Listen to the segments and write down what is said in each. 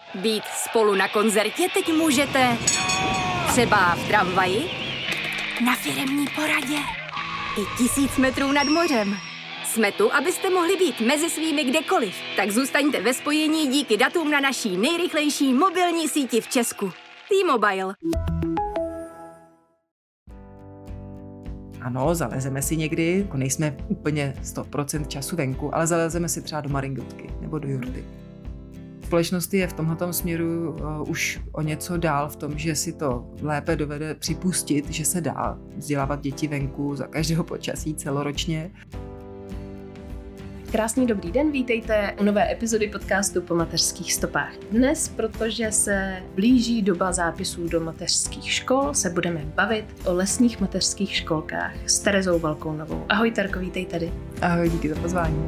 Být spolu na koncertě teď můžete třeba v tramvaji, na firemní poradě i 1000 metrů nad mořem. Jsme tu, abyste mohli být mezi svými kdekoliv. Tak zůstaňte ve spojení díky datům na naší nejrychlejší mobilní síti v Česku. T-Mobile. Ano, zalezeme si někdy, jako nejsme úplně 100% času venku, ale zalezeme si třeba do maringotky nebo do jurty. Společnost je v tomhletom směru už o něco dál v tom, že si to lépe dovede připustit, že se dá vzdělávat děti venku za každého počasí celoročně. Krásný dobrý den, vítejte u nové epizody podcastu Po mateřských stopách. Dnes, protože se blíží doba zápisů do mateřských škol, se budeme bavit o lesních mateřských školkách s Terezou Valkounovou. Ahoj Terko, vítej tady. Ahoj, díky za pozvání.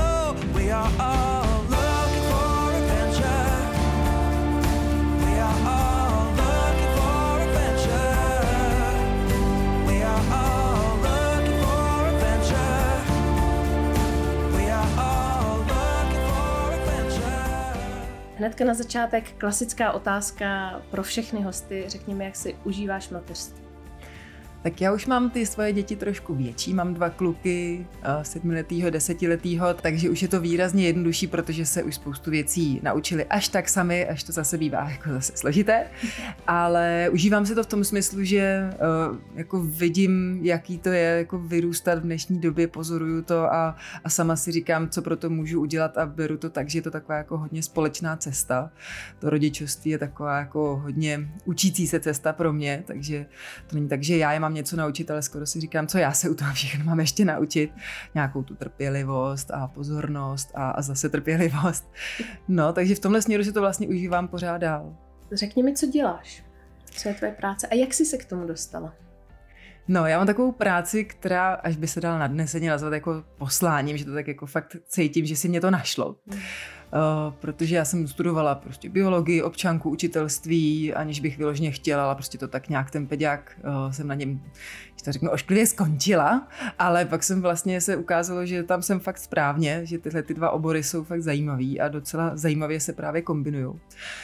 Hnedka na začátek klasická otázka pro všechny hosty. Řekni mi, jak si užíváš mateřství. Tak já už mám ty svoje děti trošku větší, mám 2 kluky, 7letýho, 10letýho, takže už je to výrazně jednodušší, protože se už spoustu věcí naučili až tak sami, až to zase bývá jako zase složité, ale užívám si to v tom smyslu, že jako vidím, jaký to je jako vyrůstat v dnešní době, pozoruju to a sama si říkám, co pro to můžu udělat a beru to tak, že je to taková jako hodně společná cesta. To rodičovství je taková jako hodně učící se cesta pro mě, takže to není tak, že já je mám něco naučit, ale skoro si říkám, co já se u toho všechno mám ještě naučit. Nějakou tu trpělivost a pozornost a zase trpělivost. No, takže v tomhle směru si to vlastně užívám pořád dál. Řekni mi, co děláš? Co je tvoje práce a jak jsi se k tomu dostala? No, já mám takovou práci, která až by se dala nadneseně nazvat jako posláním, že to tak jako fakt cítím, že si mě to našlo. Protože já jsem studovala prostě biologii, občanku, učitelství, aniž bych vyloženě chtěla, ale prostě to tak nějak ten peďák jsem na něm, že to řeknu, ošklivě skončila, ale pak jsem vlastně se ukázalo, že tam jsem fakt správně, že tyhle ty 2 obory jsou fakt zajímavý a docela zajímavě se právě kombinujou.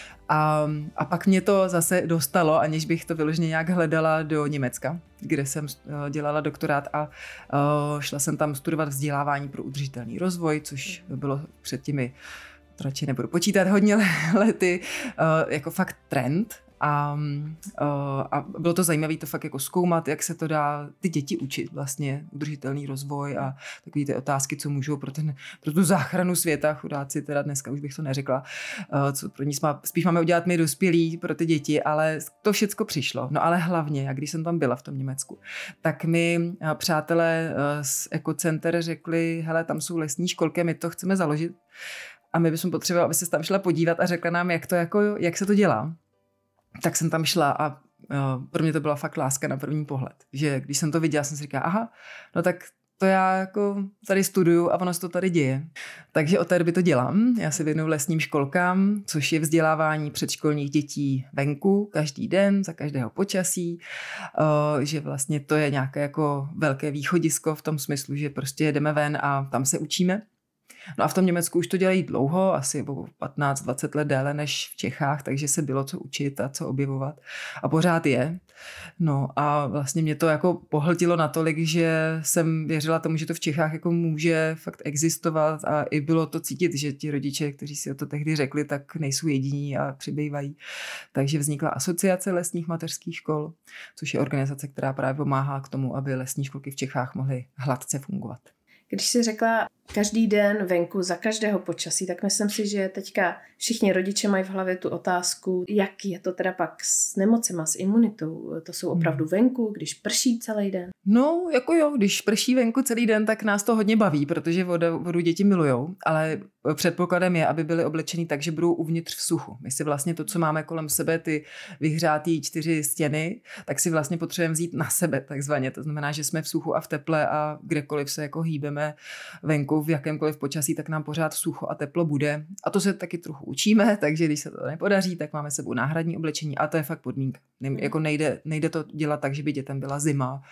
A pak mě to zase dostalo, aniž bych to vyloženě nějak hledala, do Německa, kde jsem dělala doktorát a šla jsem tam studovat vzdělávání pro udržitelný rozvoj, což bylo před těmi, radši nebudu počítat, hodně lety, jako fakt trend. A bylo to zajímavé to fakt jako zkoumat, jak se to dá ty děti učit vlastně, udržitelný rozvoj a takové ty otázky, co můžou pro tu záchranu světa, chudáci teda dneska už bych to neřekla, co pro ní spíš máme udělat my dospělí pro ty děti, ale to všecko přišlo. No ale hlavně, jak když jsem tam byla v tom Německu, tak mi přátelé z Ekocenter řekli, hele, tam jsou lesní školky, my to chceme založit a my bychom potřebovali, aby se tam šla podívat a řekla nám, jak se to dělá. Tak jsem tam šla a pro mě to byla fakt láska na první pohled. Že když jsem to viděla, jsem si říkala, aha, no tak to já jako tady studuju a ono se to tady děje. Takže od té doby to dělám. Já se věnuju lesním školkám, což je vzdělávání předškolních dětí venku každý den, za každého počasí, že vlastně to je nějaké jako velké východisko v tom smyslu, že prostě jedeme ven a tam se učíme. No a v tom Německu už to dělají dlouho, asi 15-20 let déle než v Čechách, takže se bylo co učit a co objevovat. A pořád je. No a vlastně mě to jako pohltilo natolik, že jsem věřila tomu, že to v Čechách jako může fakt existovat a i bylo to cítit, že ti rodiče, kteří si o to tehdy řekli, tak nejsou jediní a přibývají. Takže vznikla Asociace lesních mateřských škol, což je organizace, která právě pomáhá k tomu, aby lesní školky v Čechách mohly hladce fungovat. Když jsi řekla každý den venku za každého počasí, tak myslím si, že teďka všichni rodiče mají v hlavě tu otázku, jak je to teda pak s nemocema, s imunitou. To jsou opravdu venku, když prší celý den? No, jako jo, když prší venku celý den, tak nás to hodně baví, protože vodu děti milujou, ale předpokladem je, aby byly oblečení tak, že budou uvnitř v suchu. My si vlastně to, co máme kolem sebe, ty vyhřátý 4 stěny, tak si vlastně potřebujeme vzít na sebe, takzvaně. To znamená, že jsme v suchu a v teple a kdekoliv se jako hýbeme venku v jakémkoliv počasí, tak nám pořád sucho a teplo bude. A to se taky trochu učíme, takže když se to nepodaří, tak máme sebou náhradní oblečení a to je fakt podmínka. Jako nejde to dělat tak, že by dětem byla zima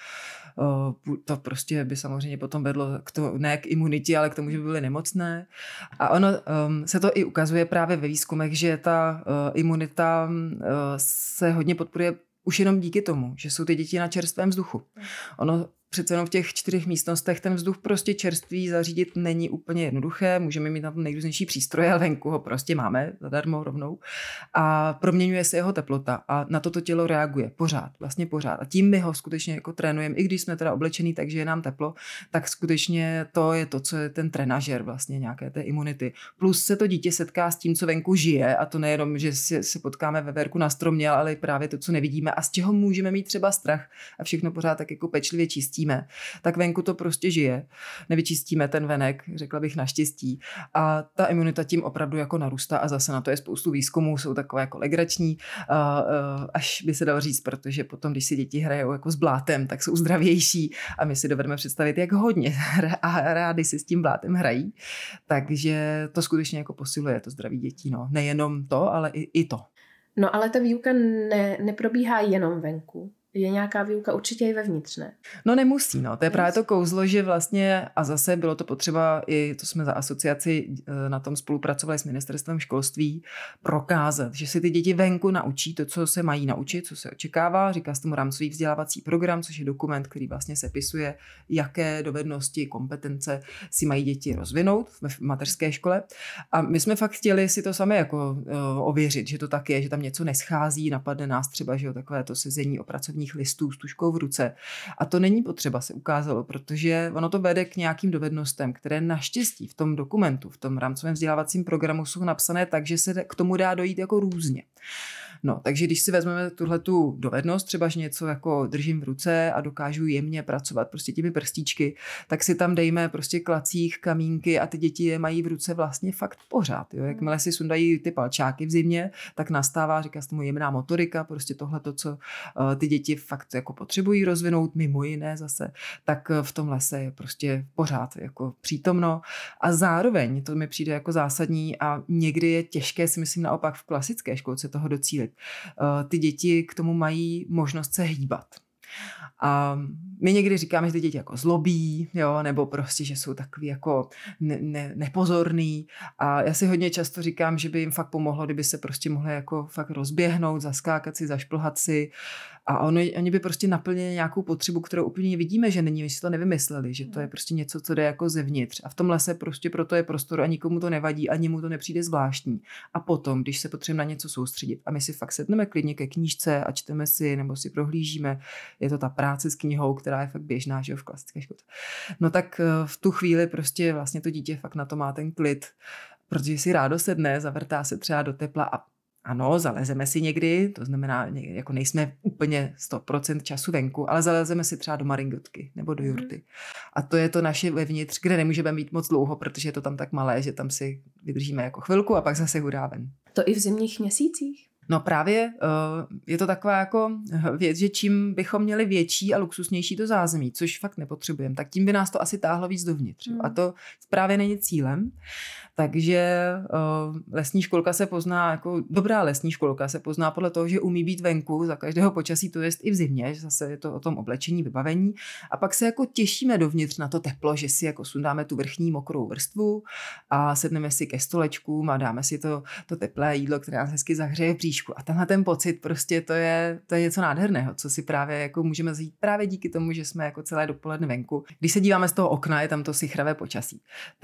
To prostě by samozřejmě potom vedlo ne k imunitě, ale k tomu, že by byly nemocné. A ono se to i ukazuje právě ve výzkumech, že ta imunita se hodně podporuje už jenom díky tomu, že jsou ty děti na čerstvém vzduchu. Ono přece jenom v těch 4 místnostech ten vzduch prostě čerstvý zařídit není úplně jednoduché. Můžeme mít na tom nejrůznější přístroje, ale venku ho prostě máme zadarmo rovnou. A proměňuje se jeho teplota a na to tělo reaguje vlastně pořád. A tím my ho skutečně jako trénujeme, i když jsme teda oblečený, takže je nám teplo, tak skutečně to je to, co je ten trenažer vlastně nějaké té imunity. Plus se to dítě setká s tím, co venku žije, a to nejenom, že se potkáme ve verku na stromě, ale i právě to, co nevidíme a z čeho můžeme mít třeba strach a všechno pořád tak jako pečlivě čistíme, tak venku to prostě žije. Nevyčistíme ten venek, řekla bych naštěstí. A ta imunita tím opravdu jako narůstá a zase na to je spoustu výzkumů, jsou takové jako legrační, až by se dalo říct, protože potom, když si děti hrajou jako s blátem, tak jsou zdravější a my si dovedeme představit, jak hodně a rádi si s tím blátem hrají. Takže to skutečně jako posiluje to zdraví dětí. No. Nejenom to, ale i to. No ale ta výuka neprobíhá jenom venku. Je nějaká výuka určitě i vevnitř, ne? No nemusí, no. To je právě to kouzlo, že vlastně, a zase bylo to potřeba, i to jsme za asociaci na tom spolupracovali s ministerstvem školství, prokázat, že si ty děti venku naučí to, co se mají naučit, co se očekává. Říká se tomu rámcový vzdělávací program, což je dokument, který vlastně sepisuje, jaké dovednosti, kompetence si mají děti rozvinout v mateřské škole. A my jsme fakt chtěli si to sami jako ověřit, že to tak je, že tam něco neschází, napadne nás třeba, že jo, takové to sezení o pracovních listů s tužkou v ruce. A to není potřeba, se ukázalo, protože ono to vede k nějakým dovednostem, které naštěstí v tom dokumentu, v tom rámcovém vzdělávacím programu jsou napsané tak, že se k tomu dá dojít jako různě. No, takže když si vezmeme tuhletu dovednost, třeba že něco jako držím v ruce a dokážu jemně pracovat prostě těmi prstíčky, tak si tam dejme prostě klacích, kamínky a ty děti je mají v ruce vlastně fakt pořád. Jo? Jakmile si sundají ty palčáky v zimě, tak nastává, říká se tomu jemná motorika, prostě tohleto, co ty děti fakt jako potřebují rozvinout, mimo jiné zase, tak v tom lese je prostě pořád jako přítomno a zároveň to mi přijde jako zásadní a někdy je těžké, si myslím naopak v klasické školce toho docílit. Ty děti k tomu mají možnost se hýbat. A my někdy říkáme, že ty děti jako zlobí, jo, nebo prostě, že jsou takový jako nepozorný. A já si hodně často říkám, že by jim fakt pomohlo, kdyby se prostě mohli jako fakt rozběhnout, zaskákat si, zašplhat si. A oni by prostě naplnili nějakou potřebu, kterou úplně vidíme, že není, my si to nevymysleli, že to je prostě něco, co jde jako zevnitř. A v tom lese prostě proto je prostor a nikomu to nevadí, ani mu to nepřijde zvláštní. A potom, když se potřebujeme na něco soustředit a my si fakt sedneme klidně ke knížce a čteme si nebo si prohlížíme, je to ta práce s knihou, která je fakt běžná, že jo, v klasické školce. No tak v tu chvíli prostě vlastně to dítě fakt na to má ten klid, protože si rádo sedne, zavrtá se třeba do tepla a ano, zalezeme si někdy, to znamená, jako nejsme úplně 100% času venku, ale zalezeme si třeba do maringotky nebo do jurty. A to je to naše vevnitř, kde nemůžeme být moc dlouho, protože je to tam tak malé, že tam si vydržíme jako chvilku a pak zase hurá ven. To i v zimních měsících? No právě je to taková jako věc, že čím bychom měli větší a luxusnější to zázemí, což fakt nepotřebujeme, tak tím by nás to asi táhlo víc dovnitř. A to právě není cílem. Takže lesní školka se pozná, jako dobrá lesní školka se pozná podle toho, že umí být venku za každého počasí, to jest i v zimě, že zase je to o tom oblečení, vybavení. A pak se jako těšíme dovnitř na to teplo, že si jako sundáme tu vrchní mokrou vrstvu a sedneme si ke stolečkům a dáme si to teplé jídlo, které nás hezky zahřeje v bříšku. A tenhle ten pocit prostě to je něco nádherného, co si právě jako můžeme zjít právě díky tomu, že jsme jako celé dopoledne venku. Když se díváme z toho okna, je tam to sichravé počasí,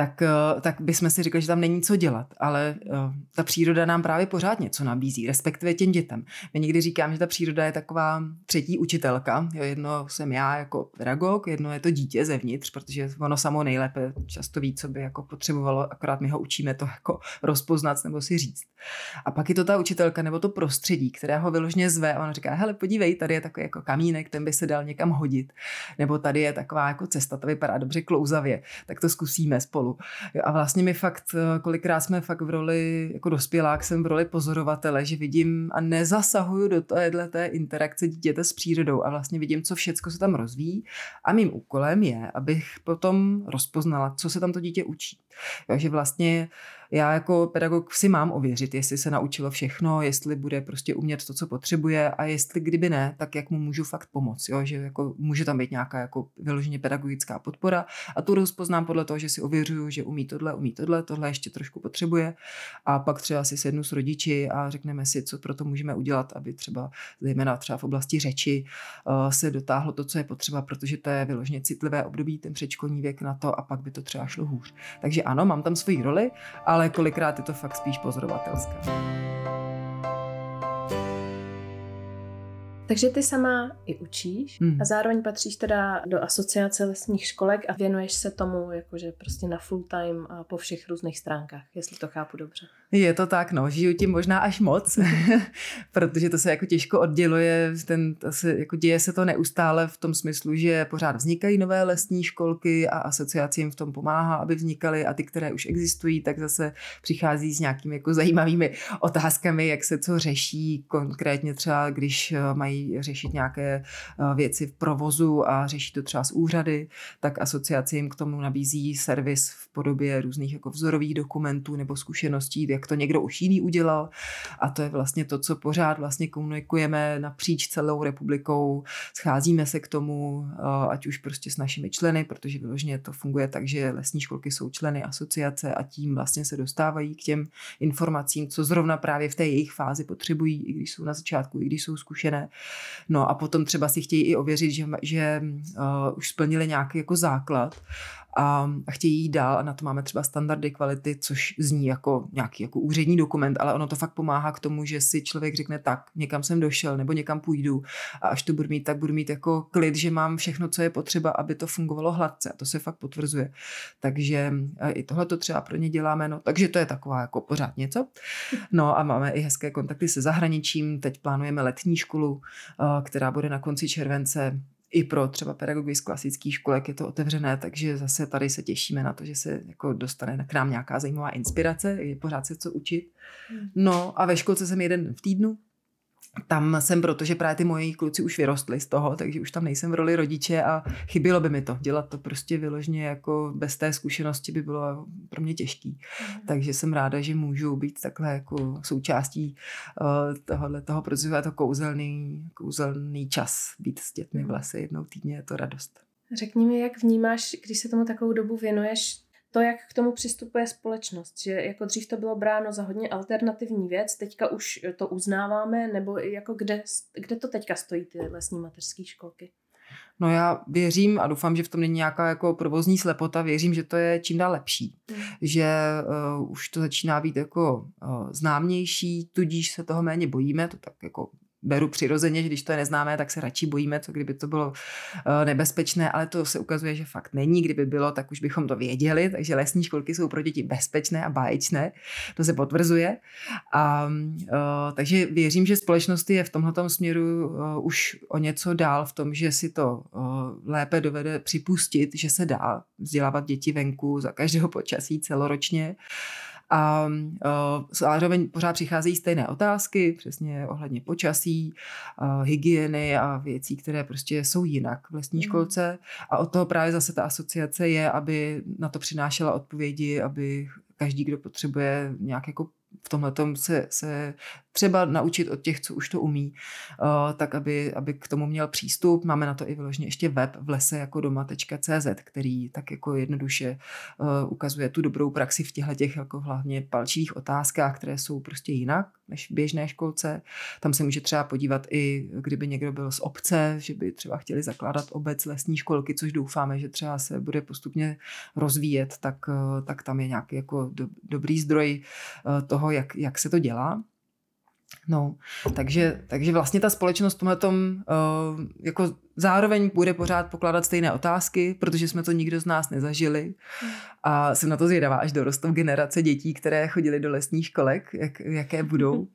tak bychom si řekli, že tam není co dělat, ale ta příroda nám právě pořád něco nabízí, respektive těm dětem. My někdy říkám, že ta příroda je taková třetí učitelka. Jo, jedno jsem já jako pedagog, jedno je to dítě zevnitř, protože ono samo nejlépe často ví, co by jako potřebovalo, akorát my ho učíme to jako rozpoznat nebo si říct. A pak je to ta učitelka nebo to prostředí, které ho vyloženě zve a ona říká, hele, podívej, tady je takový jako kamínek, ten by se dal někam hodit. Nebo tady je taková jako cesta, to vypadá dobře klouzavě, tak to zkusíme spolu. Jo, a vlastně my fakt, kolikrát jsme fakt v roli, jako dospělák jsem v roli pozorovatele, že vidím a nezasahuju do té interakce dítěte s přírodou a vlastně vidím, co všecko se tam rozvíjí a mým úkolem je, abych potom rozpoznala, co se tam to dítě učí. Jo, že vlastně já jako pedagog si mám ověřit, jestli se naučilo všechno, jestli bude prostě umět to, co potřebuje a jestli kdyby ne, tak jak mu můžu fakt pomoct, jo? Že jako může tam být nějaká jako vyloženě pedagogická podpora a tu rozpoznám podle toho, že si ověřuju, že umí tohle ještě trošku potřebuje a pak třeba si sednu s rodiči a řekneme si, co pro to můžeme udělat, aby třeba zejména třeba v oblasti řeči se dotáhlo to, co je potřeba, protože to je vyloženě citlivé období, ten předškolní věk na to a pak by to třeba šlo hůř. Takže ano, mám tam svoji roli, ale kolikrát je to fakt spíš pozorovatelská. Takže ty sama i učíš a zároveň patříš teda do asociace lesních školek a věnuješ se tomu jakože prostě na full time a po všech různých stránkách, jestli to chápu dobře. Je to tak, žiju tím možná až moc, protože to se jako těžko odděluje, jako děje se to neustále v tom smyslu, že pořád vznikají nové lesní školky a asociace jim v tom pomáhá, aby vznikaly a ty, které už existují, tak zase přichází s nějakými jako zajímavými otázkami, jak se co řeší, konkrétně třeba, když mají řešit nějaké věci v provozu a řeší to třeba z úřady, tak asociace jim k tomu nabízí servis v podobě různých jako vzorových dokumentů nebo zkušeností, jak to někdo už jiný udělal a to je vlastně to, co pořád vlastně komunikujeme napříč celou republikou, scházíme se k tomu, ať už prostě s našimi členy, protože vyloženě to funguje tak, že lesní školky jsou členy asociace a tím vlastně se dostávají k těm informacím, co zrovna právě v té jejich fázi potřebují, i když jsou na začátku, i když jsou zkušené. No a potom třeba si chtějí i ověřit, že už splnili nějaký jako základ a chtějí jít dál a na to máme třeba standardy kvality, což zní jako nějaký jako úřední dokument, ale ono to fakt pomáhá k tomu, že si člověk řekne tak, někam jsem došel nebo někam půjdu a až to budu mít, tak budu mít jako klid, že mám všechno, co je potřeba, aby to fungovalo hladce a to se fakt potvrzuje. Takže i tohle to třeba pro ně děláme, takže to je taková jako pořád něco. No a máme i hezké kontakty se zahraničím, teď plánujeme letní školu, která bude na konci července. I pro třeba pedagogy z klasických školek je to otevřené, takže zase tady se těšíme na to, že se jako dostane k nám nějaká zajímavá inspirace, je pořád se co učit. No a ve školce jsem jeden v týdnu. Tam jsem, protože právě ty moji kluci už vyrostli z toho, takže už tam nejsem v roli rodiče a chybělo by mi to. Dělat to prostě vyloženě jako bez té zkušenosti by bylo pro mě těžký. Takže jsem ráda, že můžu být takhle jako součástí toho procesu a to kouzelný čas být s dětmi v lese jednou týdně, je to radost. Řekni mi, jak vnímáš, když se tomu takovou dobu věnuješ, to, jak k tomu přistupuje společnost, že jako dřív to bylo bráno za hodně alternativní věc, teďka už to uznáváme, nebo jako kde to teďka stojí ty lesní mateřské školky? No já věřím a doufám, že v tom není nějaká jako provozní slepota, věřím, že to je čím dál lepší, že už to začíná být jako známější, tudíž se toho méně bojíme, to tak jako beru přirozeně, že když to je neznámé, tak se radši bojíme, co kdyby to bylo nebezpečné, ale to se ukazuje, že fakt není. Kdyby bylo, tak už bychom to věděli, takže lesní školky jsou pro děti bezpečné a báječné. To se potvrzuje. Takže věřím, že společnost je v tomhletom směru už o něco dál v tom, že si to lépe dovede připustit, že se dá vzdělávat děti venku za každého počasí celoročně. A zároveň pořád přicházejí stejné otázky, přesně ohledně počasí, hygieny a věcí, které prostě jsou jinak v lesní školce. A od toho právě zase ta asociace je, aby na to přinášela odpovědi, aby každý, kdo potřebuje nějak jako v tomhletom se třeba naučit od těch, co už to umí, tak aby k tomu měl přístup. Máme na to i vyloženě ještě web v lese jako doma.cz, který tak jako jednoduše ukazuje tu dobrou praxi v těchto jako hlavně palčivých otázkách, které jsou prostě jinak než v běžné školce. Tam se může třeba podívat i, kdyby někdo byl z obce, že by třeba chtěli zakládat obec lesní školky, což doufáme, že třeba se bude postupně rozvíjet, tak tam je nějaký jako dobrý zdroj toho, jak se to dělá. No, takže vlastně ta společnost v tomhletom jako zároveň bude pořád pokládat stejné otázky, protože jsme to nikdo z nás nezažili a jsem na to zvědavá, až dorostou generace dětí, které chodily do lesních školek, jaké budou.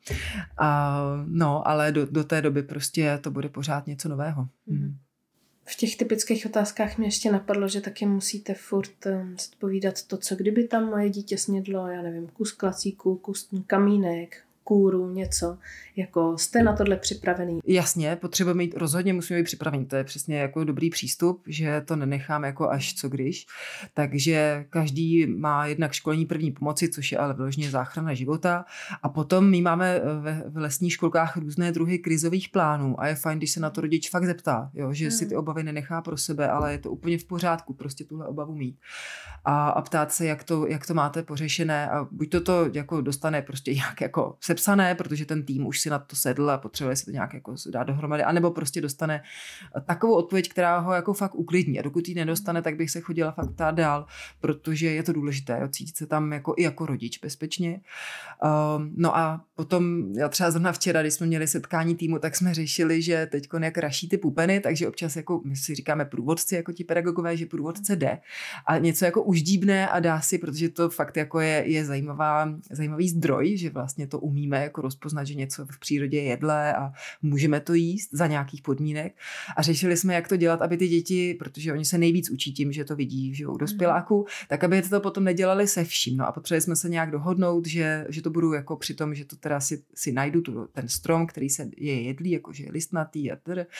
Ale do té doby prostě to bude pořád něco nového. V těch typických otázkách mě ještě napadlo, že taky musíte furt odpovídat to, co kdyby tam moje dítě snědlo, já nevím, kus klacíku, kus kamínek, kůru, něco, jako jste na tohle připravený? Jasně, rozhodně musíme být připraveni. To je přesně jako dobrý přístup, že to nenecháme jako až co když. Takže každý má jednak školení první pomoci, což je ale vyloženě záchrana života. A potom my máme v lesních školkách různé druhy krizových plánů a je fajn, když se na to rodič fakt zeptá, jo, že si ty obavy nenechá pro sebe, ale je to úplně v pořádku, prostě tuhle obavu mít. A ptát se, jak to máte pořešené a buď to jako dostane prostě nějak jako sepsané, protože ten tým už si na to sedl a potřebuje si to nějak jako dát dohromady, anebo prostě dostane takovou odpověď, která ho jako fakt uklidní. A dokud ji nedostane, tak bych se chodila fakt ptát dál, protože je to důležité, jo, cítit se tam jako i jako rodič bezpečně. No a potom, já třeba zrovna včera, když jsme měli setkání týmu, tak jsme řešili, že teďko jak raší ty pupeny, takže občas jako my si říkáme průvodci, jako ti pedagogové, že průvodce jde a něco jako uždíbne a dá si, protože to fakt jako je zajímavý zdroj, že vlastně to umíme jako rozpoznat, že něco v přírodě je jedlé a můžeme to jíst za nějakých podmínek. A řešili jsme, jak to dělat, aby ty děti, protože oni se nejvíc učí tím, že to vidí, že u dospěláků, tak aby to potom nedělali se vším. No a potřebovali jsme se nějak dohodnout, že to budu jako při tom, že to teda si najdu ten strom, který je jedlý, jakože je listnatý a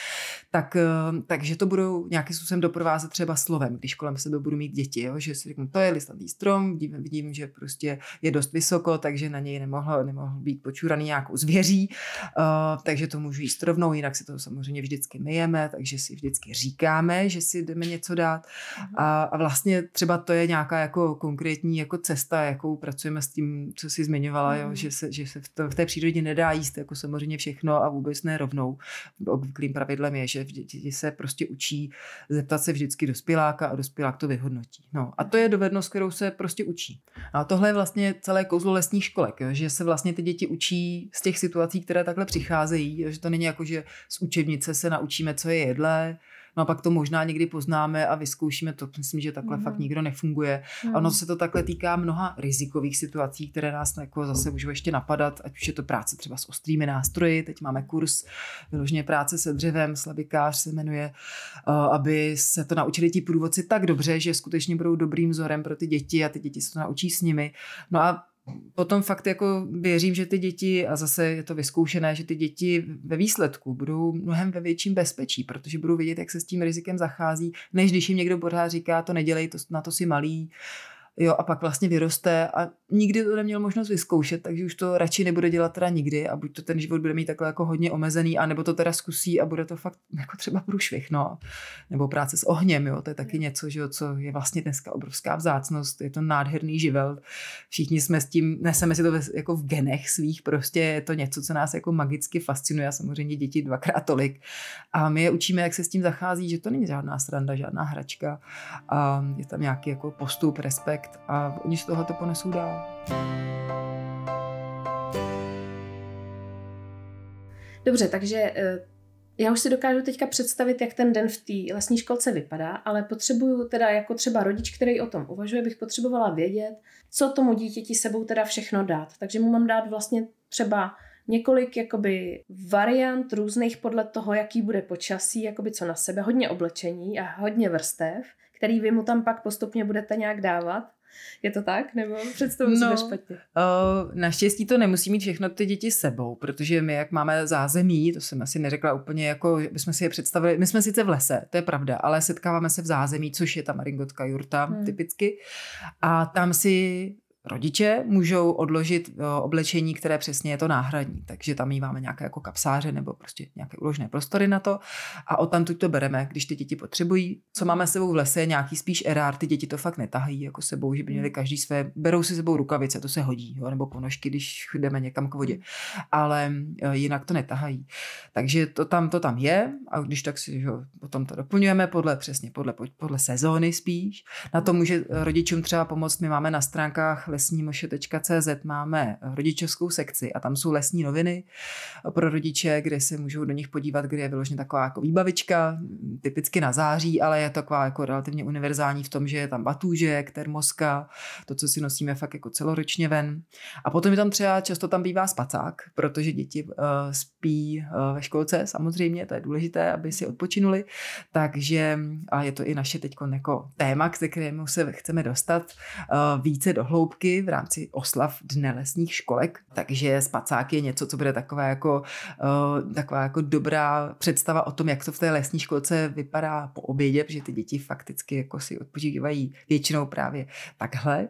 takže to budou nějakým způsobem doprovázet třeba slovem, když kolem sebe budu mít děti, jo? Že si řeknu, to je listnatý strom, vidím, že prostě je dost vysoko, takže na něj nemohl být počuraný nějakou zvěří, takže to můžu jíst rovnou, jinak si to samozřejmě vždycky myjeme, takže si vždycky říkáme, že si jdeme něco dát a vlastně třeba to je nějaká jako konkrétní jako cesta, jakou pracujeme s tím, co jsi zmiňovala, jo? Že se v té přírodě nedá jíst jako samozřejmě všechno a vůbec ne rovnou. Obvyklým pravidlem je, že děti se prostě učí zeptat se vždycky dospěláka a dospělák to vyhodnotí. No a to je dovednost, kterou se prostě učí. A tohle je vlastně celé kouzlo lesních školek, jo? Že se vlastně ty děti učí z těch situací, které takhle přicházejí, jo? Že to není jako, že z učebnice se naučíme, co je jedlé, no a pak to možná někdy poznáme a vyzkoušíme to. Myslím, že takhle fakt nikdo nefunguje. A ono se to takhle týká mnoha rizikových situací, které nás jako zase můžou ještě napadat, ať už je to práce třeba s ostrými nástroji. Teď máme kurz vyloženě práce se dřevem, slabikář se jmenuje, aby se to naučili ti průvodci tak dobře, že skutečně budou dobrým vzorem pro ty děti a ty děti se to naučí s nimi. No a potom fakt jako věřím, že ty děti, a zase je to vyzkoušené, že ty děti ve výsledku budou mnohem ve větším bezpečí, protože budou vědět, jak se s tím rizikem zachází, než když jim někdo pořád říká, to nedělej, na to si malý. Jo, a pak vlastně vyroste a nikdy to neměl možnost vyzkoušet, takže už to radši nebude dělat teda nikdy a buď to ten život bude mít takhle jako hodně omezený, anebo to teda zkusí a bude to fakt jako třeba průšvih, no. Nebo práce s ohněm, jo, to je taky něco, že jo, co je vlastně dneska obrovská vzácnost, je to nádherný živel. Všichni jsme s tím, neseme si to jako v genech svých, prostě je to něco, co nás jako magicky fascinuje a samozřejmě děti dvakrát tolik. A my je učíme, jak se s tím zachází, že to není žádná sranda, žádná hračka a je tam nějaký jako postup, respekt a oni z toho to ponesou dál. Dobře, takže já už si dokážu teďka představit, jak ten den v té lesní školce vypadá, ale potřebuju teda jako třeba rodič, který o tom uvažuje, bych potřebovala vědět, co tomu dítěti sebou teda všechno dát. Takže mu mám dát vlastně třeba několik jakoby variant různých podle toho, jaký bude počasí, jakoby co na sebe, hodně oblečení a hodně vrstev, který vy mu tam pak postupně budete nějak dávat. Je to tak? Nebo představuji si to špatně? Naštěstí to nemusí mít všechno ty děti sebou, protože my, jak máme zázemí, to jsem asi neřekla úplně, jako bychom si je představili, my jsme sice v lese, to je pravda, ale setkáváme se v zázemí, což je ta maringotka jurta typicky. A tam si rodiče můžou odložit oblečení, které přesně je to náhradní. Takže tam míváme nějaké jako kapsáře nebo prostě nějaké uložené prostory na to a odtamtud to bereme, když ty děti potřebují. Co máme s sebou v lese, nějaký spíš erár, ty děti to fakt netahají jako sebou, že by měli každý své, berou si sebou rukavice, to se hodí, jo, nebo ponožky, když jdeme někam k vodě. Ale jinak to netahají. Takže to tam je a když tak si potom to doplňujeme podle sezóny spíš. Na to může rodičům třeba pomoct, my máme na stránkách lesnímoše.cz máme rodičovskou sekci a tam jsou lesní noviny pro rodiče, kde se můžou do nich podívat, kde je vyloženě taková jako výbavička, typicky na září, ale je taková jako relativně univerzální v tom, že je tam batůžek, termoska, to, co si nosíme fakt jako celoročně ven. A potom je tam třeba, často tam bývá spacák, protože děti spí ve školce, samozřejmě, to je důležité, aby si odpočinuli, takže a je to i naše teď jako téma, k kterému se chceme dostat více do hloubky v rámci oslav Dne lesních školek, takže spacák je něco, co bude taková jako dobrá představa o tom, jak to v té lesní školce vypadá po obědě, protože ty děti fakticky jako si odpočívají většinou právě takhle,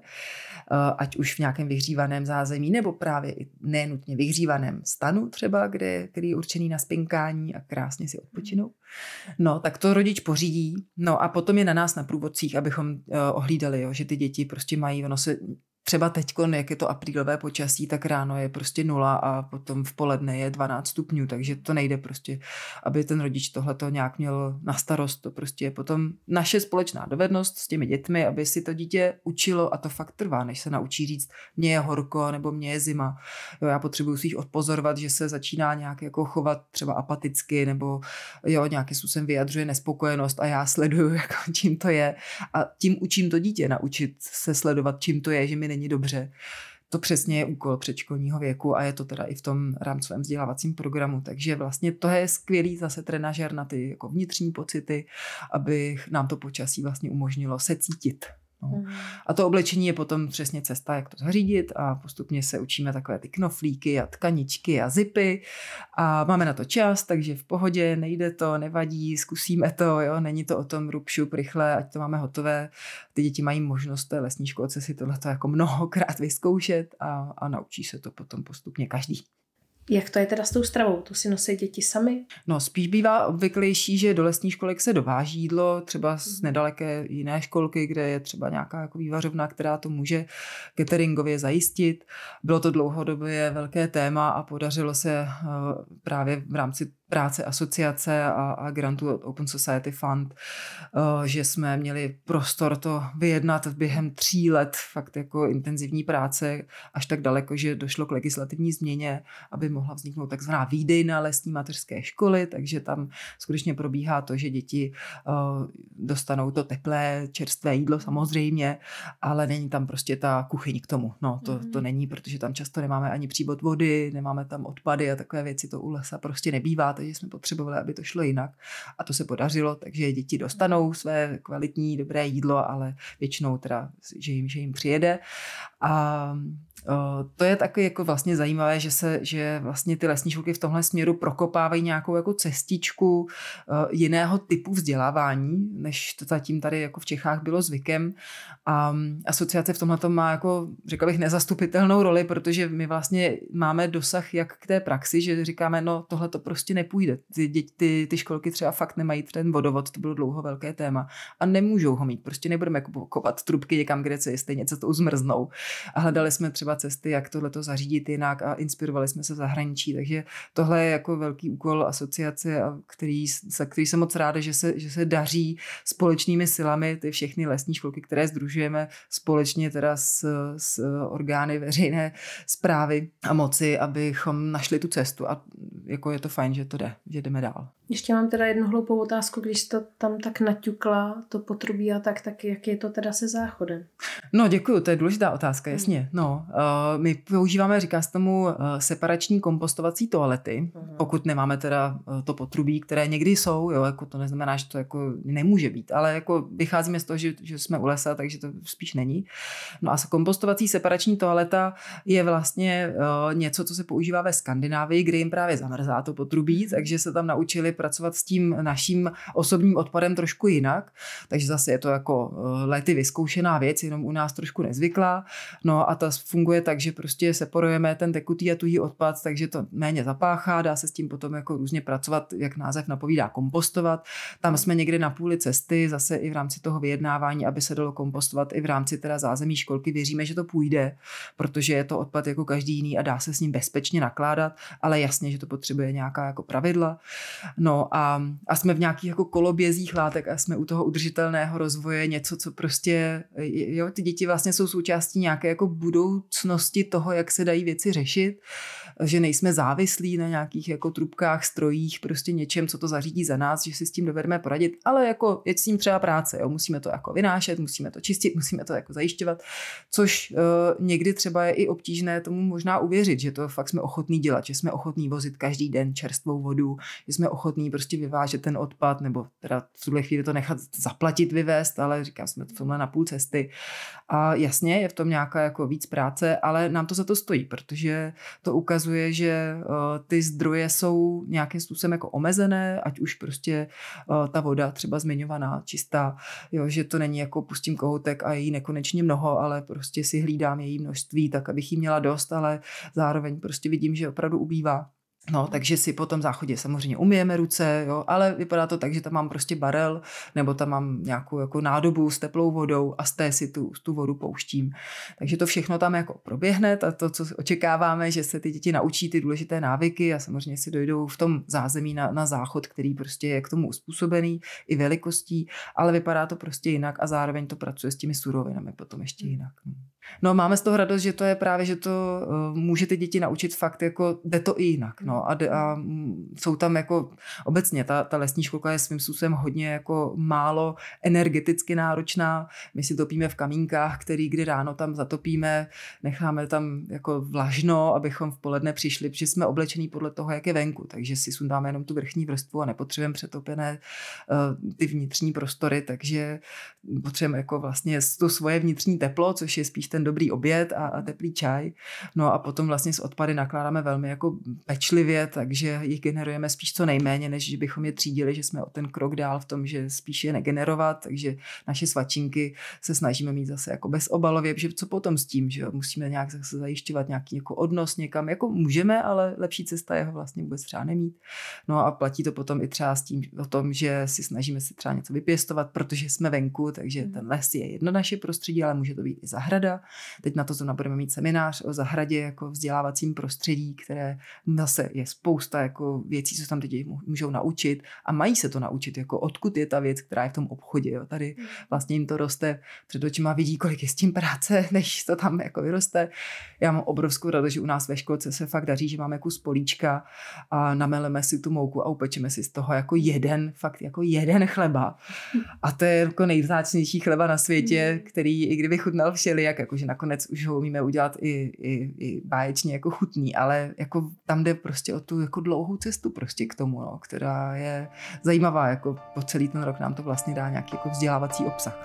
ať už v nějakém vyhřívaném zázemí, nebo právě i nenutně vyhřívaném stanu třeba, který je určený na spinkání a krásně si odpočinou. No, tak to rodič pořídí. No a potom je na nás na průvodcích, abychom ohlídali, jo, že ty děti prostě mají, ono se třeba teďko, jak je to aprílové počasí, tak ráno je prostě 0 a potom v poledne je 12 stupňů, takže to nejde prostě, aby ten rodič tohleto nějak měl na starost. To prostě je potom naše společná dovednost s těmi dětmi, aby si to dítě učilo, a to fakt trvá, než se naučí říct, mně je horko nebo mně je zima. Jo, já potřebuji si odpozorovat, že se začíná nějak jako chovat třeba apaticky nebo jo, nějakým způsobem vyjadřuje nespokojenost a já sleduju, jako, čím to je, a tím učím to dítě naučit se sledovat, čím to je, že mi není dobře. To přesně je úkol předškolního věku a je to teda i v tom rámcovém vzdělávacím programu. Takže vlastně to je skvělý zase trenažer na ty jako vnitřní pocity, aby nám to počasí vlastně umožnilo se cítit. No. A to oblečení je potom přesně cesta, jak to zařídit, a postupně se učíme takové ty knoflíky a tkaničky a zipy a máme na to čas, takže v pohodě, nejde to, nevadí, zkusíme to, jo, není to o tom rup šup rychle, ať to máme hotové. Ty děti mají možnost té lesní školce si tohleto jako mnohokrát vyzkoušet a naučí se to potom postupně každý. Jak to je teda s tou stravou? To si nosí děti sami? No, spíš bývá obvyklejší, že do lesních školek se dováží jídlo, třeba z nedaleké jiné školky, kde je třeba nějaká jako vývařovna, která to může cateringově zajistit. Bylo to dlouhodobě velké téma a podařilo se právě v rámci práce asociace a grantu od Open Society Fund, že jsme měli prostor to vyjednat během 3 let fakt jako intenzivní práce až tak daleko, že došlo k legislativní změně, aby mohla vzniknout takzvaná výdejna lesní mateřské školy, takže tam skutečně probíhá to, že děti dostanou to teplé, čerstvé jídlo samozřejmě, ale není tam prostě ta kuchyň k tomu. No, to není, protože tam často nemáme ani příbod vody, nemáme tam odpady a takové věci, to u lesa prostě nebývá, takže jsme potřebovali, aby to šlo jinak. A to se podařilo, takže děti dostanou své kvalitní, dobré jídlo, ale většinou teda, že jim přijede. A to je taky jako vlastně zajímavé, že vlastně ty lesní školky v tomhle směru prokopávají nějakou jako cestičku jiného typu vzdělávání, než to zatím tady jako v Čechách bylo zvykem. A asociace v tomhle má jako, řekla bych, nezastupitelnou roli, protože my vlastně máme dosah jak k té praxi, že říkáme, no tohle to prostě nepůjde. Ty školky třeba fakt nemají ten vodovod, to bylo dlouho velké téma a nemůžou ho mít. Prostě nebudeme jako kopat trubky někam, kde se stejně co to uzmrznou. A hledali jsme třeba cesty, jak tohleto zařídit jinak a inspirovali jsme se v zahraničí. Takže tohle je jako velký úkol asociace, který jsem moc ráda, že se daří společnými silami ty všechny lesní školky, které sdružujeme společně teda s orgány veřejné správy a moci, abychom našli tu cestu. A jako je to fajn, že to jde, že jdeme dál. Ještě mám teda jednu hloupou otázku, když to tam tak naťukla, to potrubí a tak jak je to teda se záchodem? No děkuju, to je důležitá otázka, jasně. No, my používáme, říká se tomu, separační kompostovací toalety, pokud nemáme teda to potrubí, které někdy jsou, jo, jako to neznamená, že to jako nemůže být, ale jako vycházíme z toho, že jsme u lesa, takže to spíš není. No a kompostovací separační toaleta je vlastně něco, co se používá ve Skandinávii, kde jim právě zamrzá to potrubí, takže se tam naučili pracovat s tím naším osobním odpadem trošku jinak, takže zase je to jako lety vyzkoušená věc, jenom u nás trošku nezvyklá. No a ta funguje tak, že prostě separujeme ten tekutý a tuhý odpad, takže to méně zapáchá, dá se s tím potom jako různě pracovat, jak název napovídá, kompostovat. Tam jsme někde na půli cesty, zase i v rámci toho vyjednávání, aby se dalo kompostovat i v rámci teda zázemí školky. Věříme, že to půjde, protože je to odpad jako každý jiný a dá se s ním bezpečně nakládat, ale jasně, že to potřebuje nějaká jako pravidla. No a jsme v nějakých jako kolobězích látek a jsme u toho udržitelného rozvoje něco, co prostě, jo, ty děti vlastně jsou součástí nějaké jako budoucnosti toho, jak se dají věci řešit, že nejsme závislí na nějakých jako trubkách, strojích, prostě něčem, co to zařídí za nás, že si s tím dovedeme poradit, ale jako je s tím třeba práce, jo, musíme to jako vynášet, musíme to čistit, musíme to jako zajišťovat, což někdy třeba je i obtížné tomu možná uvěřit, že to fakt jsme ochotní dělat, že jsme ochotní vozit každý den čerstvou vodu, že jsme ochotní prostě vyvážet ten odpad, nebo teda v tuhle chvíli to nechat zaplatit vyvést, ale říkám, jsme v tomhle na půl cesty. A jasně, je v tom nějaká jako víc práce, ale nám to za to stojí, protože to ukazuje, že ty zdroje jsou nějakým způsobem jako omezené, ať už prostě ta voda třeba zmiňovaná, čistá, jo, že to není jako pustím kohoutek a jí nekonečně mnoho, ale prostě si hlídám její množství tak, abych jí měla dost, ale zároveň prostě vidím, že opravdu ubývá. No, takže si po tom záchodě samozřejmě umyjeme ruce, jo, ale vypadá to tak, že tam mám prostě barel, nebo tam mám nějakou jako nádobu s teplou vodou a z té si tu vodu pouštím. Takže to všechno tam jako proběhne, a to, co očekáváme, že se ty děti naučí ty důležité návyky a samozřejmě si dojdou v tom zázemí na záchod, který prostě je k tomu uspůsobený i velikostí, ale vypadá to prostě jinak a zároveň to pracuje s těmi surovinami potom ještě jinak. No, máme z toho radost, že to je právě, že to může ty děti naučit fakt, jako jde to i jinak. No, a jsou tam jako obecně, ta lesní školka je svým způsobem hodně jako málo energeticky náročná. My si topíme v kamínkách, kdy ráno tam zatopíme, necháme tam jako vlažno, abychom v poledne přišli, protože jsme oblečení podle toho, jak je venku, takže si sundáme jenom tu vrchní vrstvu a nepotřebujeme přetopené ty vnitřní prostory, takže potřebujeme jako vlastně to svoje vnitřní teplo, což je spíš ten dobrý oběd a teplý čaj. No a potom vlastně s odpady nakládáme velmi jako pečlivě, takže jich generujeme spíš co nejméně, než že bychom je třídili, že jsme o ten krok dál v tom, že spíš je negenerovat, takže naše svačinky se snažíme mít zase jako bezobalově, protože co potom s tím, že musíme nějak zase zajišťovat nějaký jako odnos někam, jako můžeme, ale lepší cesta je ho vlastně vůbec třeba nemít. No a platí to potom i třeba s tím o tom, že si snažíme si třeba něco vypěstovat, protože jsme venku, takže ten les je jedno naše prostředí, ale může to být i zahrada. Teď na to zrovna budeme mít seminář o zahradě jako vzdělávacím prostředí, které zase je spousta jako věcí, co tam teď můžou naučit a mají se to naučit, jako odkud je ta věc, která je v tom obchodě. Jo. Tady vlastně jim to roste před očima, vidí, kolik je s tím práce, než to tam jako vyroste. Já mám obrovskou radost, že u nás ve školce se fakt daří, že máme kus políčka a nameleme si tu mouku a upečeme si z toho jako jeden chleba. A to je jako nejvzácnější chleba na světě, který i kdyby chutnal všelijak, jakože nakonec už ho umíme udělat i báječně jako chutný, ale jako tam jde prostě o tu jako dlouhou cestu prostě k tomu, no, která je zajímavá, jako po celý ten rok nám to vlastně dá nějaký jako vzdělávací obsah.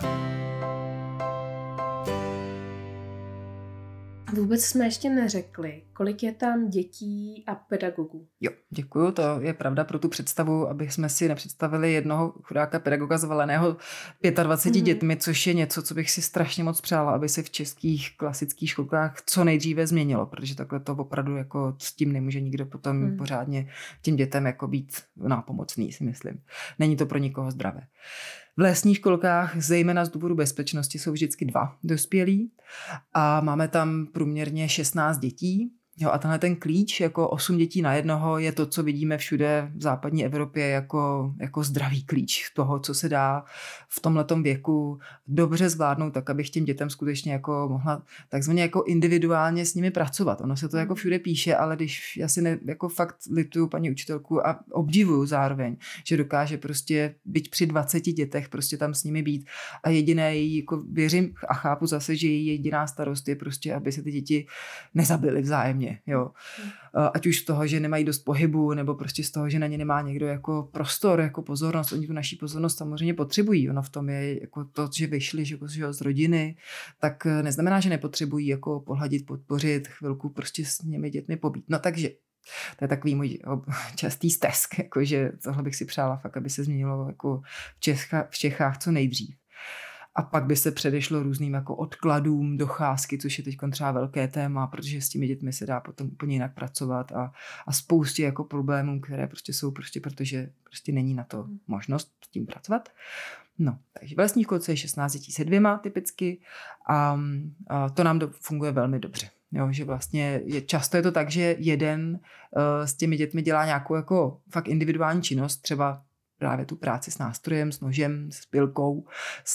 Vůbec jsme ještě neřekli, kolik je tam dětí a pedagogů. Jo, děkuju, to je pravda pro tu představu, aby jsme si nepředstavili jednoho chudáka pedagoga zvaleného 25 dětmi, což je něco, co bych si strašně moc přála, aby se v českých klasických školkách co nejdříve změnilo, protože takhle to opravdu jako s tím nemůže nikdo potom pořádně těm dětem jako být nápomocný, si myslím. Není to pro nikoho zdravé. V lesních školkách, zejména z důvodu bezpečnosti, jsou vždycky 2 dospělí a máme tam průměrně 16 dětí. Jo, a tenhle ten klíč, jako 8 dětí na jednoho, je to, co vidíme všude v západní Evropě jako zdravý klíč toho, co se dá v tomhletom věku dobře zvládnout, tak abych těm dětem skutečně jako mohla takzvaně jako individuálně s nimi pracovat. Ono se to jako všude píše, ale když já si jako fakt lituju paní učitelku a obdivuju zároveň, že dokáže prostě být při 20 dětech prostě tam s nimi být a jediné její, jako věřím a chápu zase, že její jediná starost je prostě, aby se ty děti nezabily vzájemně. Jo. Ať už z toho, že nemají dost pohybu, nebo prostě z toho, že na ně nemá někdo jako prostor, jako pozornost. Oni tu naší pozornost samozřejmě potřebují. Ono v tom je jako to, že vyšli že z rodiny, tak neznamená, že nepotřebují jako pohladit, podpořit, chvilku prostě s těmi dětmi pobít. No takže to je takový můj častý stesk, jakože tohle bych si přála fakt, aby se změnilo jako v Čechách co nejdřív. A pak by se předešlo různým jako odkladům, docházky, což je teď třeba velké téma, protože s těmi dětmi se dá potom úplně jinak pracovat a spoustě jako problémů, které prostě jsou protože prostě není na to možnost s tím pracovat. No, takže v lesní školce je 16 dětí se 2 typicky a to nám funguje velmi dobře. Jo, že vlastně často je to tak, že jeden s těmi dětmi dělá nějakou jako fakt individuální činnost, třeba právě tu práci s nástrojem, s nožem, s pilkou,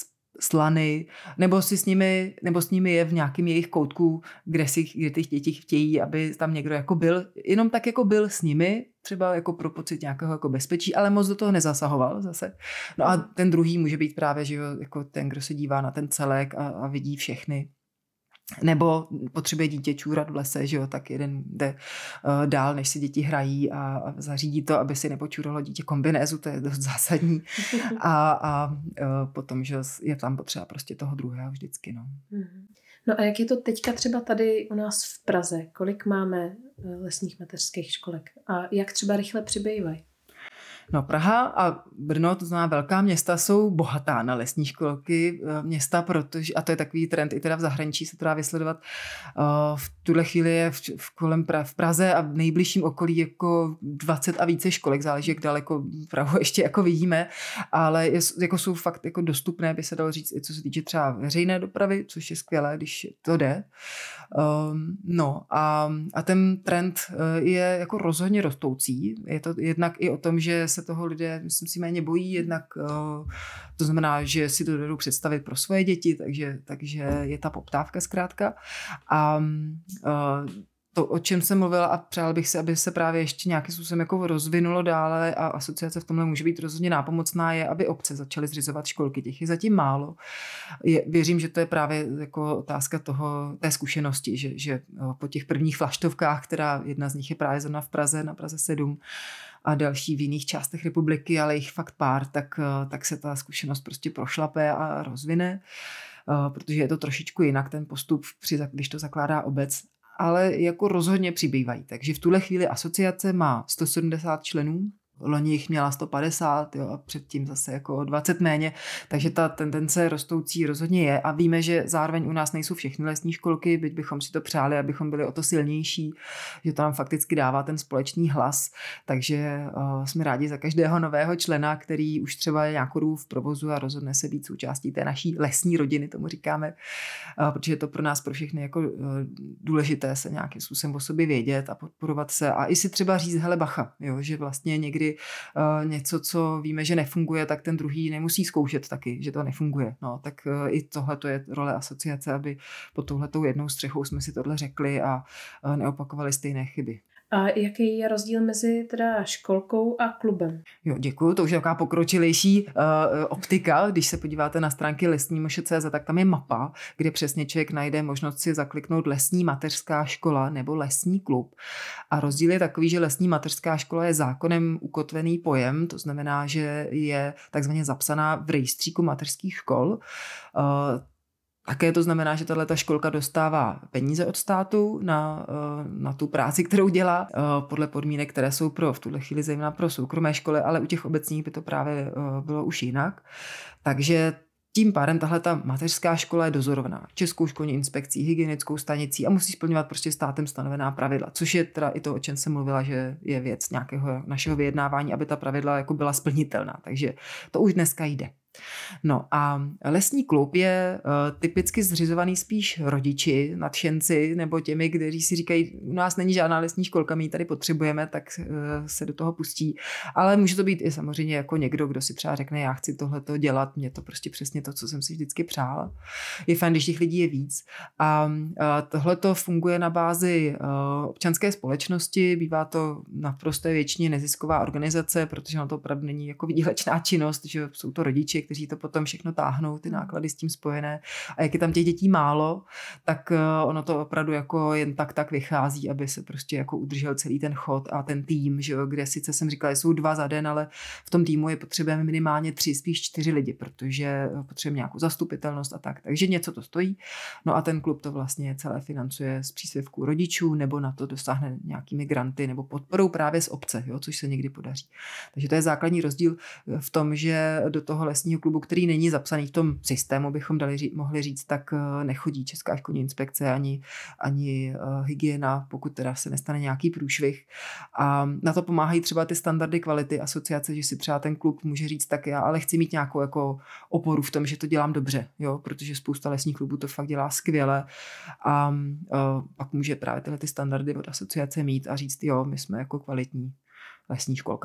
slany, nebo s nimi je v nějakém jejich koutku, kde ty děti chtějí, aby tam někdo jako byl, jenom tak jako byl s nimi, třeba jako pro pocit nějakého jako bezpečí, ale moc do toho nezasahoval zase. No a ten druhý může být právě, že jo, jako ten, kdo se dívá na ten celek a vidí všechny. Nebo potřebuje dítě čůrat v lese, že jo, tak jeden jde dál, než si děti hrají a zařídí to, aby si nepočůralo dítě kombinézu, to je dost zásadní. A potom, že je tam potřeba prostě toho druhého vždycky, no. No a jak je to teďka třeba tady u nás v Praze? Kolik máme lesních mateřských školek? A jak třeba rychle přibývají? No Praha a Brno, to znamená velká města, jsou bohatá na lesní školky města, protože, a to je takový trend i teda v zahraničí se to dá vysledovat, v tuhle chvíli je v Praze a v nejbližším okolí jako 20 a více školek, záleží, jak daleko Prahu ještě jako vidíme, ale jako jsou fakt jako dostupné, by se dalo říct, i co se týče třeba veřejné dopravy, což je skvělé, když to jde. No a ten trend je jako rozhodně rostoucí. Je to jednak i o tom, že se toho lidé, myslím si, méně bojí, jednak to znamená, že si to dovedou představit pro svoje děti, takže je ta poptávka zkrátka. A to, o čem jsem mluvila a přál bych si, aby se právě ještě nějakým způsobem jako rozvinulo dále a asociace v tomhle může být rozhodně nápomocná, je, aby obce začaly zřizovat školky. Těch je zatím málo. Věřím, že to je právě jako otázka té zkušenosti, že po těch prvních flaštovkách, která jedna z nich je právě zrovna v Praze, na Praze 7 a další v jiných částech republiky, ale jich fakt pár, tak se ta zkušenost prostě prošlape a rozvine, protože je to trošičku jinak ten postup, když to zakládá obec, ale jako rozhodně přibývají. Takže v tuhle chvíli asociace má 170 členů, loni jich měla 150, jo, a předtím zase jako 20 méně, takže ta tendence rostoucí rozhodně je a víme, že zároveň u nás nejsou všechny lesní školky, byť bychom si to přáli, abychom byli o to silnější, že to nám fakticky dává ten společný hlas, takže jsme rádi za každého nového člena, který už třeba je nějakou dobu v provozu a rozhodne se být součástí té naší lesní rodiny, tomu říkáme, protože je to pro nás, pro všechny jako důležité se nějakým způsobem o sobě vědět a podporovat se a i si třeba říct, hele bacha, jo, že vlastně někdy něco, co víme, že nefunguje, tak ten druhý nemusí zkoušet taky, že to nefunguje. No, tak i tohle je role asociace, aby pod touhletou jednou střechou jsme si tohle řekli a neopakovali stejné chyby. A jaký je rozdíl mezi teda školkou a klubem? Jo, děkuju, to už je taková pokročilejší optika. Když se podíváte na stránky lesní.cz, tak tam je mapa, kde přesně člověk najde možnost si zakliknout lesní mateřská škola nebo lesní klub. A rozdíl je takový, že lesní mateřská škola je zákonem ukotvený pojem, to znamená, že je takzvaně zapsaná v rejstříku mateřských škol. Také to znamená, že tato školka dostává peníze od státu na tu práci, kterou dělá, podle podmínek, které jsou v tuhle chvíli zejména pro soukromé školy, ale u těch obecních by to právě bylo už jinak. Takže tím pádem tahleta mateřská škola je dozorovaná Českou školní inspekcí, hygienickou stanicí a musí splňovat prostě státem stanovená pravidla, což je teda i to, o čem jsem mluvila, že je věc nějakého našeho vyjednávání, aby ta pravidla jako byla splnitelná. Takže to už dneska jde. No a lesní klub je typicky zřizovaný spíš rodiči, nadšenci nebo těmi, kteří si říkají, u nás není žádná lesní školka, my ji tady potřebujeme, tak se do toho pustí. Ale může to být i samozřejmě jako někdo, kdo si třeba řekne, já chci tohleto dělat, mě to prostě přesně to, co jsem si vždycky přála. Je fajn, když těch lidí je víc. A tohleto funguje na bázi občanské společnosti, bývá to naprosto většině nezisková organizace, protože na to opravdu není jako výdělečná činnost, že jsou to rodiči, kteří to potom všechno táhnou, ty náklady s tím spojené. A jak je tam těch dětí málo, tak ono to opravdu jako jen tak vychází, aby se prostě jako udržel celý ten chod a ten tým, že jo, kde sice jsem říkala, že jsou 2 za den, ale v tom týmu je potřebujeme minimálně 3, spíš 4 lidi, protože potřebujeme nějakou zastupitelnost a tak. Takže něco to stojí. No a ten klub to vlastně celé financuje z příspěvků rodičů nebo na to dosáhne nějakými granty nebo podporou právě z obce, jo, což se někdy podaří. Takže to je základní rozdíl v tom, že do toho lesního klubu, který není zapsaný v tom systému, bychom mohli říct, tak nechodí Česká školní inspekce ani hygiena, pokud teda se nestane nějaký průšvih. A na to pomáhají třeba ty standardy kvality asociace, že si třeba ten klub může říct, tak já ale chci mít nějakou jako oporu v tom, že to dělám dobře, jo, protože spousta lesních klubů to fakt dělá skvěle a pak může právě tyhle ty standardy od asociace mít a říct, jo, my jsme jako kvalitní lesní školka.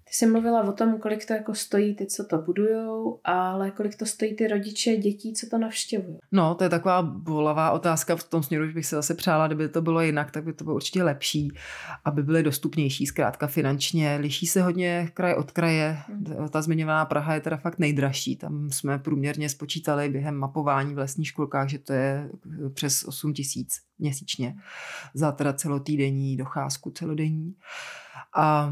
Ty jsi mluvila o tom, kolik to jako stojí ty, co to budujou, ale kolik to stojí ty rodiče dětí, co to navštěvují? No, to je taková bolavá otázka v tom směru, že bych se zase přála, kdyby to bylo jinak, tak by to bylo určitě lepší, aby byly dostupnější, zkrátka finančně. Liší se hodně kraj od kraje. Ta zmiňovaná Praha je teda fakt nejdražší. Tam jsme průměrně spočítali během mapování v lesních školkách, že to je přes 8 000 měsíčně za teda celotýdenní docházku, celodenní. A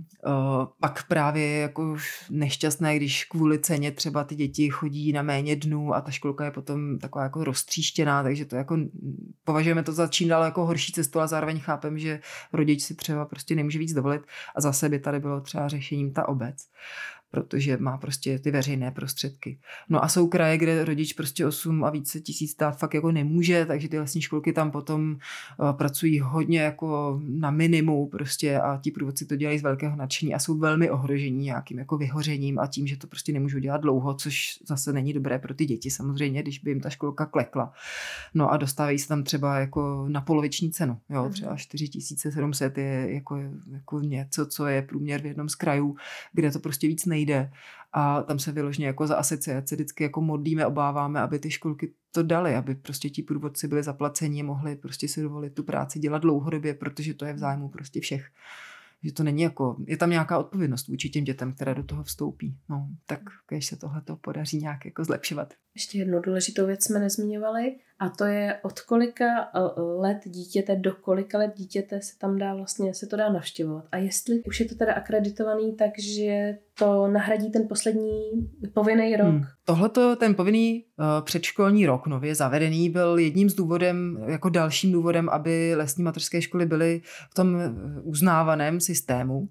pak právě jako nešťastné, když kvůli ceně třeba ty děti chodí na méně dnů a ta školka je potom taková jako roztříštěná, takže to jako považujeme to za čím dál jako horší cestu, a zároveň chápem, že rodič si třeba prostě nemůže víc dovolit a zase by tady bylo třeba řešením ta obec, protože má prostě ty veřejné prostředky. No a jsou kraje, kde rodič prostě 8 a více tisíc dát fakt jako nemůže, takže ty lesní školky tam potom pracují hodně jako na minimu prostě a ti průvodci to dělají z velkého nadšení a jsou velmi ohrožení nějakým jako vyhořením a tím, že to prostě nemůžou dělat dlouho, což zase není dobré pro ty děti samozřejmě, když by jim ta školka klekla. No a dostávají se tam třeba jako na poloviční cenu, jo, třeba 4700 je jako něco, co je průměr v jednom z krajů, kde to prostě víc nejde. A tam se vyloženě jako za asociaci vždycky jako modlíme, obáváme, aby ty školky to dali, aby prostě ti průvodci byli zaplaceni a mohli prostě si dovolit tu práci dělat dlouhodobě, protože to je v zájmu prostě všech. Že to není jako, je tam nějaká odpovědnost vůči těm dětem, které do toho vstoupí. No, tak když se tohleto podaří nějak jako zlepšovat. Ještě jednu důležitou věc jsme nezmiňovali, a to je od kolika let dítěte do kolika let dítěte se tam dá vlastně, se to dá navštěvovat. A jestli už je to teda akreditovaný, takže to nahradí ten poslední povinný rok. Tohleto, ten povinný předškolní rok nově zavedený, byl jedním z důvodem, jako dalším důvodem, aby lesní mateřské školy byly v tom uznávaném systému.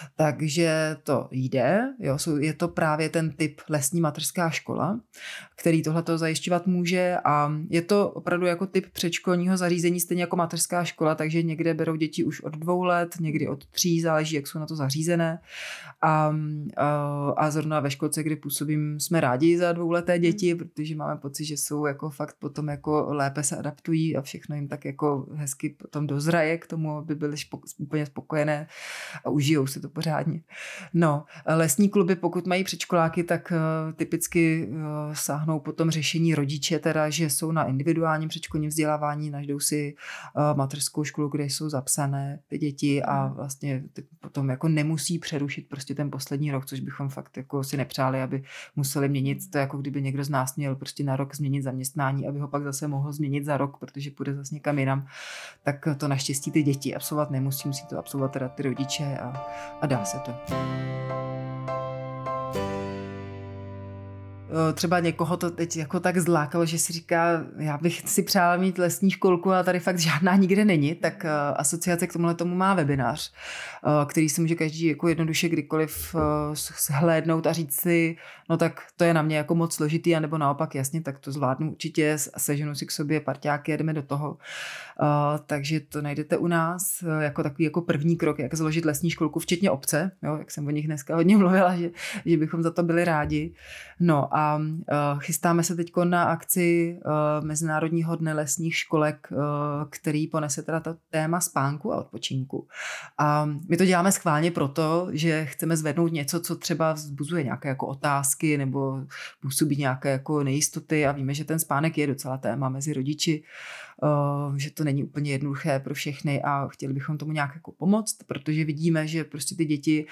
Takže to jde, jo, je to právě ten typ lesní mateřská škola, který tohleto zajišťovat může, a je to opravdu jako typ předškolního zařízení, stejně jako mateřská škola, takže někde berou děti už od 2 let, někdy od 3, záleží, jak jsou na to zařízené. A zrovna ve školce, kde působím, jsme rádi za 2leté děti, protože máme pocit, že jsou jako fakt potom jako lépe se adaptují a všechno jim tak jako hezky potom dozraje k tomu, aby byly úplně spokojené a užijou si to pořádně. No, lesní kluby, pokud mají předškoláky, tak typicky sáhnou potom řešení rodiče, teda, že jsou na individuálním předškolním vzdělávání, najdou si mateřskou školu, kde jsou zapsané ty děti a vlastně potom jako nemusí přerušit prostě ten poslední rok, což bychom fakt jako si nepřáli, aby museli měnit to, jako kdyby někdo z nás měl prostě na rok změnit zaměstnání, aby ho pak zase mohl změnit za rok, protože půjde zase někam jinam. Tak to naštěstí ty děti absolvovat nemusí, musí to absolvovat teda ty rodiče a dá se to. Třeba někoho to teď jako tak zlákalo, že si říká, já bych si přála mít lesní školku, a tady fakt žádná nikde není, tak asociace k tomuhle tomu má webinář, který si může každý jako jednoduše kdykoliv shlédnout a říct si, no tak to je na mě jako moc složitý, anebo naopak jasně, tak to zvládnu určitě, seženu si k sobě parťáky a jdeme do toho. Takže to najdete u nás jako takový jako první krok, jak založit lesní školku, včetně obce, jo, jak jsem o nich dneska hodně mluvila, že bychom za to byli rádi. No a chystáme se teď na akci Mezinárodního dne lesních školek, který ponese teda to téma spánku a odpočinku. A my to děláme schválně proto, že chceme zvednout něco, co třeba vzbuzuje nějaké jako otázky nebo působí nějaké jako nejistoty, a víme, že ten spánek je docela téma mezi rodiči, že to není úplně jednoduché pro všechny a chtěli bychom tomu nějak jako pomoct, protože vidíme, že prostě ty děti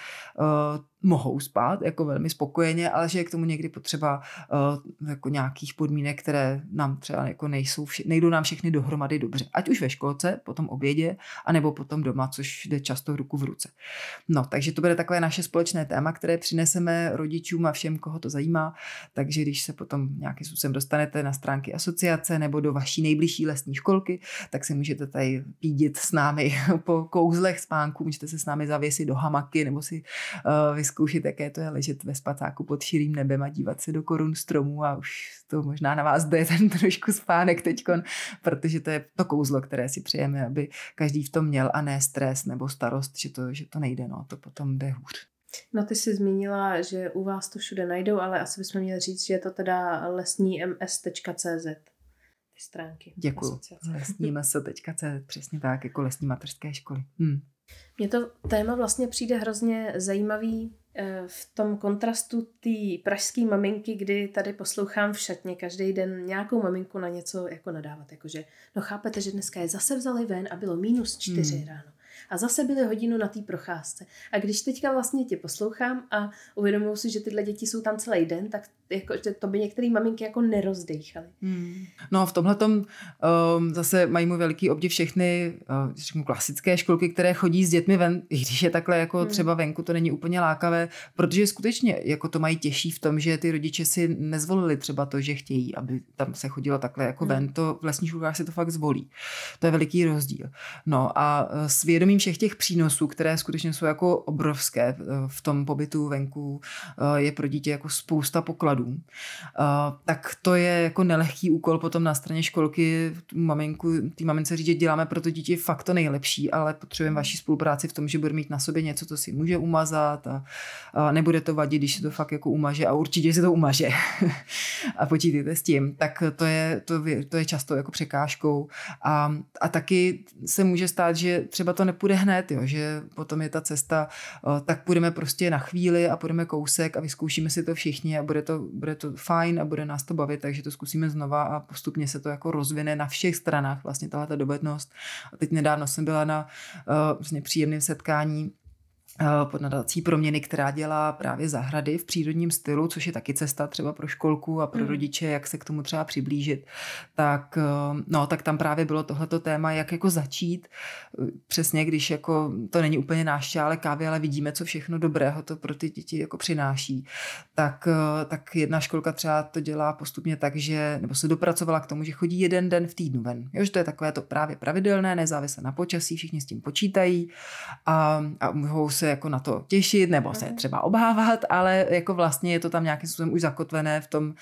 mohou spát jako velmi spokojeně, ale že je k tomu někdy potřeba jako nějakých podmínek, které nám třeba jako nejdou nám všechny dohromady dobře. Ať už ve školce, po tom obědě, anebo potom doma, což jde často ruku v ruce. No, takže to bude takové naše společné téma, které přineseme rodičům a všem, koho to zajímá. Takže když se potom nějakým způsobem dostanete na stránky asociace nebo do vaší nejbližší lesní školky, tak si můžete tady pídit s námi po kouzlech spánku, můžete se s námi zavěsit do hamaky nebo si vyzkoušet, jaké to je ležet ve spacáku pod širým nebem a dívat se do korun stromů, a už to možná na vás jde ten trošku spánek teďkon, protože to je to kouzlo, které si přejeme, aby každý v tom měl, a ne stres nebo starost, že to nejde, no, to potom jde hůř. No, ty jsi zmínila, že u vás to všude najdou, ale asi bychom měli říct, že je to teda lesníms.cz. Stránky. Děkuju. lesníms.cz, přesně tak, jako lesní mateřské školy. Mně to téma vlastně přijde hrozně zajímavý V tom kontrastu té pražské maminky, kdy tady poslouchám v šatně každý den nějakou maminku na něco jako nadávat, jakože no chápete, že dneska je zase vzali ven a bylo -4 ráno. A zase byly hodinu na té procházce. A když teďka vlastně tě poslouchám a uvědomuji si, že tyhle děti jsou tam celý den, tak jako, že to by některé maminky jako nerozdejchaly. No v tomhletom zase mají mu veliký obdiv všechny klasické školky, které chodí s dětmi ven, i když je takhle jako třeba venku, to není úplně lákavé, protože skutečně jako to mají těžší v tom, že ty rodiče si nezvolili třeba to, že chtějí, aby tam se chodilo takhle jako ven, to v lesních školkách si to fakt zvolí. To je veliký rozdíl. No a svědomím všech těch přínosů, které skutečně jsou jako obrovské v tom pobytu venku, je pro dítě jako spousta pokladů. Tak to je jako nelehký úkol potom na straně školky té mamince říct, že děláme pro to dítě fakt to nejlepší, ale potřebujeme vaši spolupráci v tom, že bude mít na sobě něco, co si může umazat a nebude to vadit, když si to fakt jako umaže a určitě si to umaže a počítejte s tím. Tak to je často jako překážkou a taky se může stát, že třeba to nepůjde hned, jo, že potom je ta cesta, tak půjdeme prostě na chvíli a půjdeme kousek a vyzkoušíme si to všichni a bude to fajn a bude nás to bavit, takže to zkusíme znova a postupně se to jako rozvine na všech stranách, vlastně tahleta dovednost. A teď nedávno jsem byla na vlastně příjemném setkání pod nadací Proměny, která dělá právě zahrady v přírodním stylu, což je taky cesta třeba pro školku a pro rodiče, jak se k tomu třeba přiblížit. Tak tam právě bylo tohleto téma, jak jako začít. Přesně, když jako to není úplně náš šálek kávy, ale vidíme, co všechno dobrého to pro ty děti jako přináší. Tak jedna školka třeba to dělá postupně tak, že nebo se dopracovala k tomu, že chodí 1 den v týdnu ven. Jo, že to je takové to právě pravidelné, nezávisle na počasí, všichni s tím počítají a mohou se jako na to těšit nebo se třeba obávat, ale jako vlastně je to tam nějakým způsobem už zakotvené v tom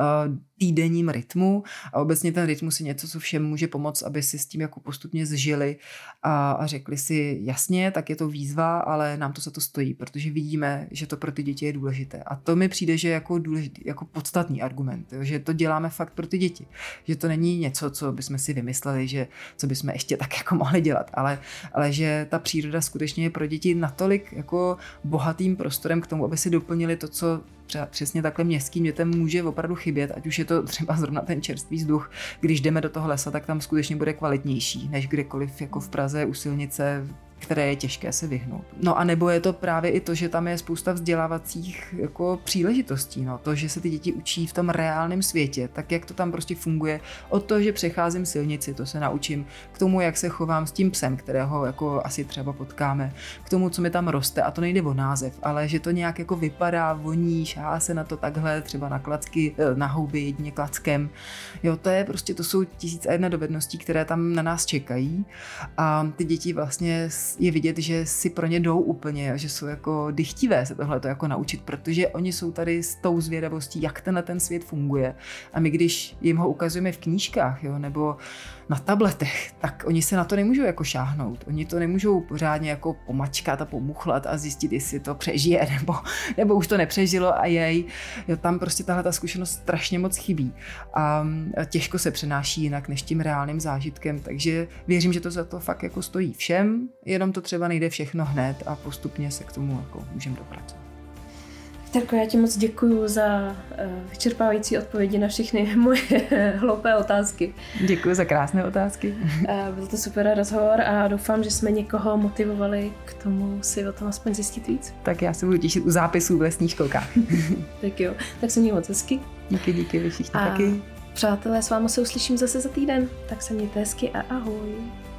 týdenním rytmu a obecně ten rytmus je něco, co všem může pomoct, aby si s tím jako postupně zžili a řekli si jasně, tak je to výzva, ale nám to za to stojí, protože vidíme, že to pro ty děti je důležité. A to mi přijde, že jako důležitý, jako podstatný argument, jo, že to děláme fakt pro ty děti. Že to není něco, co bychom si vymysleli, že co bychom ještě tak jako mohli dělat, ale že ta příroda skutečně je pro děti natolik jako bohatým prostorem k tomu, aby si doplnili to, co třeba přesně takhle městským dětem může opravdu chybět, ať už je to třeba zrovna ten čerstvý vzduch, když jdeme do toho lesa, tak tam skutečně bude kvalitnější, než kdekoliv jako v Praze u silnice, které je těžké se vyhnout. No a nebo je to právě i to, že tam je spousta vzdělávacích jako příležitostí, no, to, že se ty děti učí v tom reálném světě, tak jak to tam prostě funguje, od toho, že přecházím silnici, to se naučím, k tomu, jak se chovám s tím psem, kterého jako asi třeba potkáme, k tomu, co mi tam roste, a to nejde o název, ale že to nějak jako vypadá, voní, šáhá se na to takhle, třeba na klacky, na houby jedině klackem. Jo, to je prostě, to jsou 1001 dovedností, které tam na nás čekají a ty děti vlastně je vidět, že si pro ně jdou úplně, že jsou jako dychtivé se tohleto jako naučit, protože oni jsou tady s tou zvědavostí, jak ten svět funguje. A my, když jim ho ukazujeme v knížkách, jo, nebo na tabletech, tak oni se na to nemůžou jako šáhnout. Oni to nemůžou pořádně jako pomačkat a pomuchlat a zjistit, jestli to přežije, nebo už to nepřežilo a jej. Jo, tam prostě tahle ta zkušenost strašně moc chybí. A těžko se přenáší jinak než tím reálným zážitkem, takže věřím, že to za to fakt jako stojí všem, jenom to třeba nejde všechno hned a postupně se k tomu jako můžeme dopracovat. Terko, já ti moc děkuju za vyčerpávající odpovědi na všechny moje hloupé otázky. Děkuji za krásné otázky. Byl to super rozhovor a doufám, že jsme někoho motivovali k tomu si o tom aspoň zjistit víc. Tak já se budu těšit u zápisů v lesních školkách. Tak jo, tak se měj moc hezky. Díky, vy všichni taky. Přátelé, s vámi se uslyším zase za týden, tak se mějte hezky a ahoj.